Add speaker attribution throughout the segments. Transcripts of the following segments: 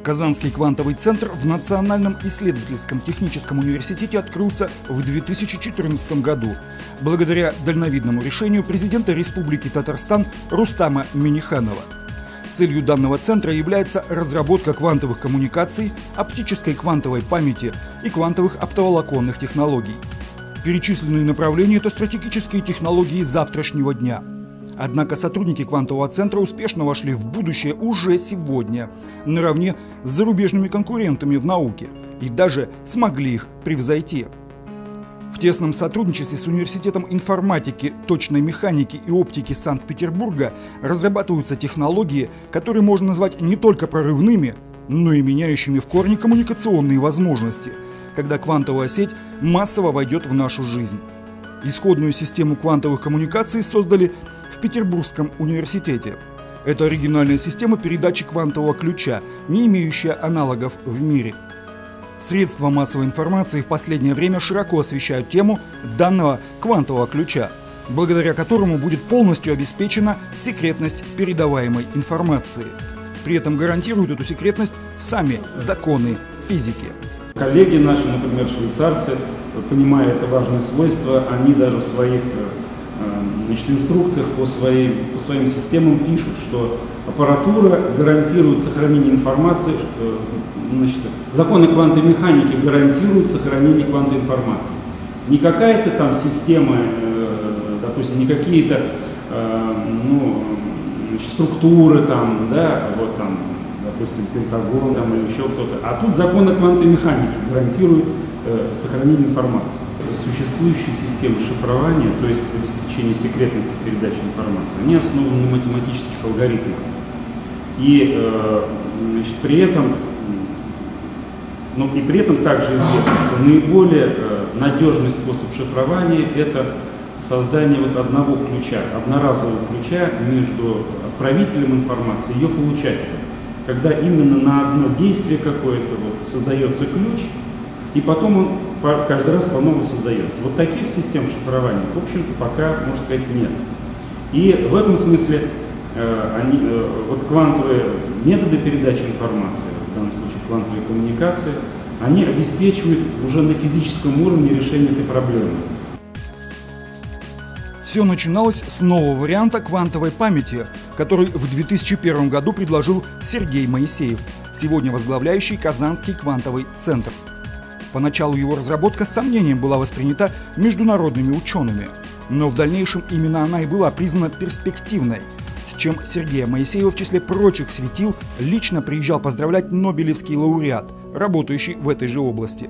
Speaker 1: Казанский квантовый центр в Национальном исследовательском техническом университете открылся в 2014 году благодаря дальновидному решению президента Республики Татарстан Рустама Минниханова. Целью данного центра является разработка квантовых коммуникаций, оптической квантовой памяти и квантовых оптоволоконных технологий. Перечисленные направления – это стратегические технологии завтрашнего дня. Однако сотрудники квантового центра успешно вошли в будущее уже сегодня, наравне с зарубежными конкурентами в науке, и даже смогли их превзойти. В тесном сотрудничестве с Университетом информатики, точной механики и оптики Санкт-Петербурга разрабатываются технологии, которые можно назвать не только прорывными, но и меняющими в корне коммуникационные возможности, когда квантовая сеть массово войдет в нашу жизнь. Исходную систему квантовых коммуникаций создали в Петербургском университете. Это оригинальная система передачи квантового ключа, не имеющая аналогов в мире. Средства массовой информации в последнее время широко освещают тему данного квантового ключа, благодаря которому будет полностью обеспечена секретность передаваемой информации. При этом гарантируют эту секретность сами законы физики.
Speaker 2: Коллеги наши, например, швейцарцы, понимая это важное свойство, они даже в своих инструкциях по своим системам пишут, что аппаратура гарантирует сохранение информации, законы квантовой механики гарантируют сохранение квантовой информации. Не какая-то там система, допустим, не какие-то структуры там, да, вот там, допустим, Пентагон там, или еще кто-то. А тут законы квантовой механики гарантируют сохранение информации. Существующие системы шифрования, то есть обеспечение секретности передачи информации, они основаны на математических алгоритмах. И при этом также известно, что наиболее надежный способ шифрования – это создание одного ключа, одноразового ключа между отправителем информации и ее получателем. Когда именно на одно действие какое-то создается ключ, и потом он каждый раз по-новому создается. Вот таких систем шифрования, в общем-то, пока, можно сказать, нет. И в этом смысле квантовые методы передачи информации, в данном случае квантовые коммуникации, они обеспечивают уже на физическом уровне решение этой проблемы.
Speaker 1: Все начиналось с нового варианта квантовой памяти, который в 2001 году предложил Сергей Моисеев, сегодня возглавляющий Казанский квантовый центр. Поначалу его разработка с сомнением была воспринята международными учеными, но в дальнейшем именно она и была признана перспективной, с чем Сергей Моисеев в числе прочих светил лично приезжал поздравлять Нобелевский лауреат, работающий в этой же области.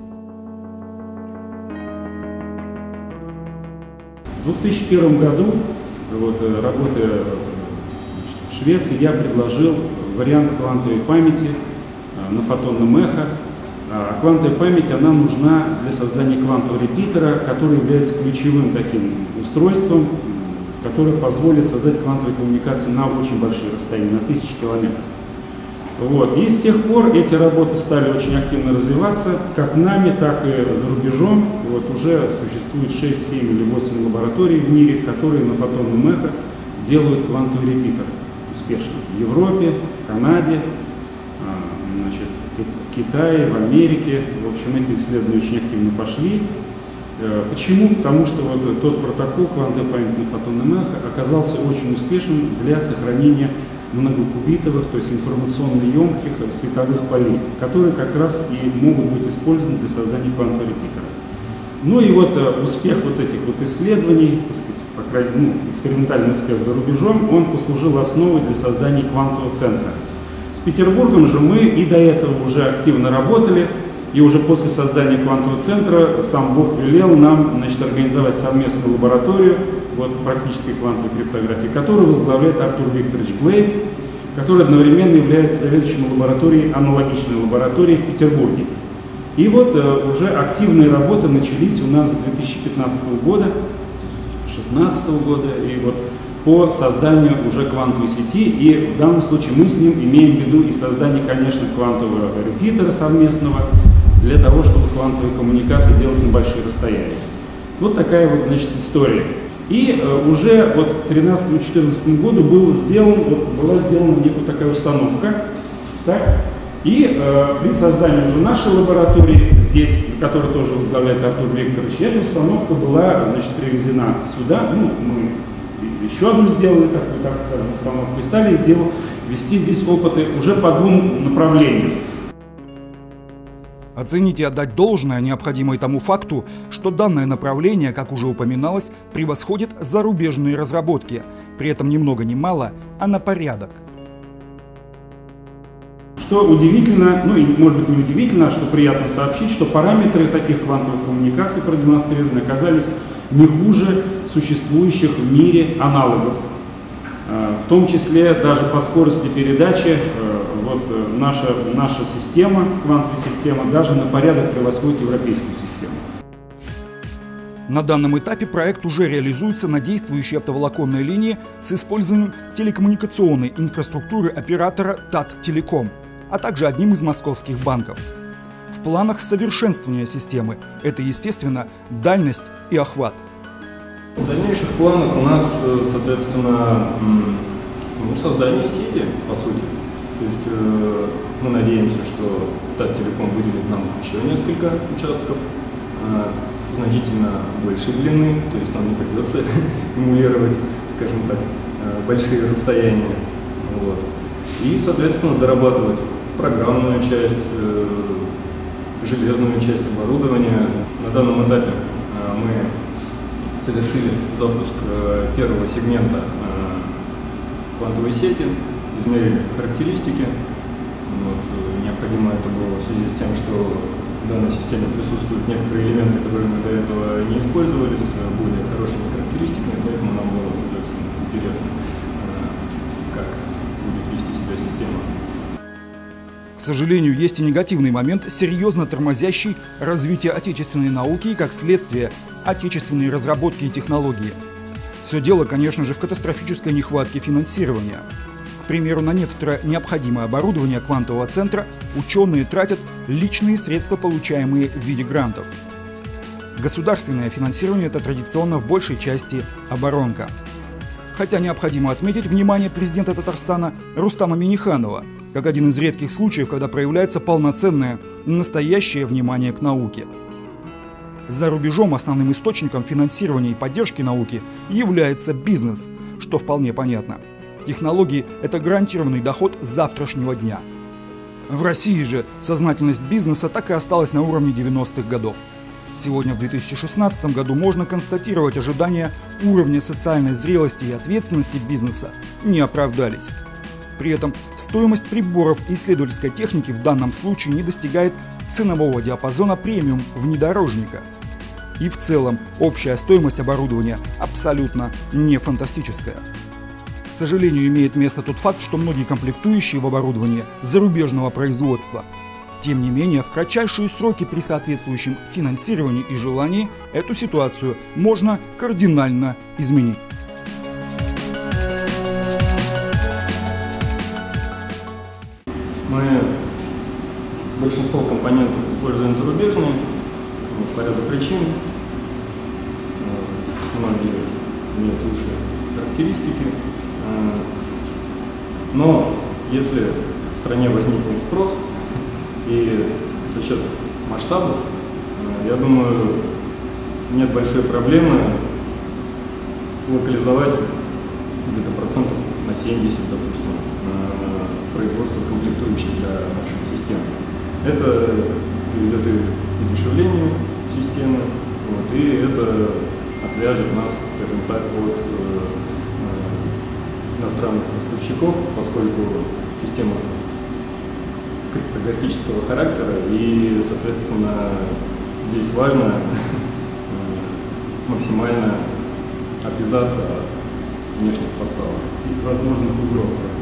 Speaker 2: В 2001 году, работая в Швеции, я предложил вариант квантовой памяти на фотонном эхо. А квантовая память, она нужна для создания квантового репитера, который является ключевым таким устройством, которое позволит создать квантовые коммуникации на очень большие расстояния, на 1000 километров. И с тех пор эти работы стали очень активно развиваться, как нами, так и за рубежом. Уже существует 6, 7 или 8 лабораторий в мире, которые на фотонном эхо делают квантовый репитер успешно. В Европе, в Канаде, в Китае, в Америке. В общем, эти исследования очень активно пошли. Почему? Потому что тот протокол квантовой памяти на фотонном эхо оказался очень успешным для сохранения многокубитовых, то есть информационно емких световых полей, которые как раз и могут быть использованы для создания квантового репитера. Успех этих исследований, так сказать, по крайней мере, экспериментальный успех за рубежом, он послужил основой для создания квантового центра. С Петербургом же мы и до этого уже активно работали, и уже после создания квантового центра сам Бог велел нам организовать совместную лабораторию практической квантовой криптографии, которую возглавляет Артур Викторович Глейб, который одновременно является заведующим лабораторией, аналогичной лаборатории в Петербурге. И уже активные работы начались у нас с 2015 года, 2016 года, и по созданию уже квантовой сети, и в данном случае мы с ним имеем в виду и создание, конечно, квантового репитера совместного, для того, чтобы квантовые коммуникации делать на большие расстояния. Вот такая история. И уже к 2013-2014 году была сделана некая такая установка, так, И при создании уже нашей лаборатории здесь, которую тоже возглавляет Артур Викторович, эта установка была, значит, привезена сюда. Ну, мы еще одну сделали, такую, так скажем, установку, и стали вести здесь опыты уже по двум направлениям.
Speaker 1: Оценить и отдать должное необходимо и тому факту, что данное направление, как уже упоминалось, превосходит зарубежные разработки, при этом ни много ни мало, а на порядок.
Speaker 2: Что удивительно, ну и может быть не удивительно, а что приятно сообщить, что параметры таких квантовых коммуникаций продемонстрированы оказались не хуже существующих в мире аналогов. В том числе даже по скорости передачи наша система, квантовая система, даже на порядок превосходит европейскую систему.
Speaker 1: На данном этапе проект уже реализуется на действующей оптоволоконной линии с использованием телекоммуникационной инфраструктуры оператора Таттелеком, а также одним из московских банков. В планах совершенствования системы – это, естественно, дальность и охват.
Speaker 3: В дальнейших планах у нас, соответственно, создание сети, по сути. То есть мы надеемся, что Таттелеком выделит нам еще несколько участков значительно большей длины, то есть нам не придется эмулировать, скажем так, большие расстояния. Вот. И, соответственно, дорабатывать программную часть, железную часть оборудования. На данном этапе мы совершили запуск первого сегмента квантовой сети, измерили характеристики. Вот, необходимо это было в связи с тем, что в данной системе присутствуют некоторые элементы, которые мы до этого не использовали, с более хорошими характеристиками, поэтому нам было, соответственно, интересно, как будет вести себя система.
Speaker 1: К сожалению, есть и негативный момент, серьезно тормозящий развитие отечественной науки и, как следствие, отечественные разработки и технологии. Все дело, конечно же, в катастрофической нехватке финансирования. К примеру, на некоторое необходимое оборудование квантового центра ученые тратят личные средства, получаемые в виде грантов. Государственное финансирование – это традиционно в большей части оборонка. Хотя необходимо отметить внимание президента Татарстана Рустама Минниханова, как один из редких случаев, когда проявляется полноценное, настоящее внимание к науке. За рубежом основным источником финансирования и поддержки науки является бизнес, что вполне понятно. Технологии – это гарантированный доход завтрашнего дня. В России же сознательность бизнеса так и осталась на уровне 90-х годов. Сегодня, в 2016 году, можно констатировать, ожидания уровня социальной зрелости и ответственности бизнеса не оправдались. При этом стоимость приборов и исследовательской техники в данном случае не достигает ценового диапазона премиум внедорожника. И в целом общая стоимость оборудования абсолютно не фантастическая. К сожалению, имеет место тот факт, что многие комплектующие в оборудование зарубежного производства. Тем не менее, в кратчайшие сроки при соответствующем финансировании и желании эту ситуацию можно кардинально изменить.
Speaker 3: Мы большинство компонентов используем зарубежные, по ряду причин. Многие имеют лучшие характеристики. Но если в стране возникнет спрос и за счет масштабов, я думаю, нет большой проблемы локализовать где-то процентов на 70, допустим, производство комплектующих для наших систем. Это приведет и к удешевлению системы, вот, и это отвяжет нас, скажем так, от иностранных поставщиков, поскольку система криптографического характера, и, соответственно, здесь важно максимально отвязаться от внешних поставок
Speaker 2: и возможных угроз.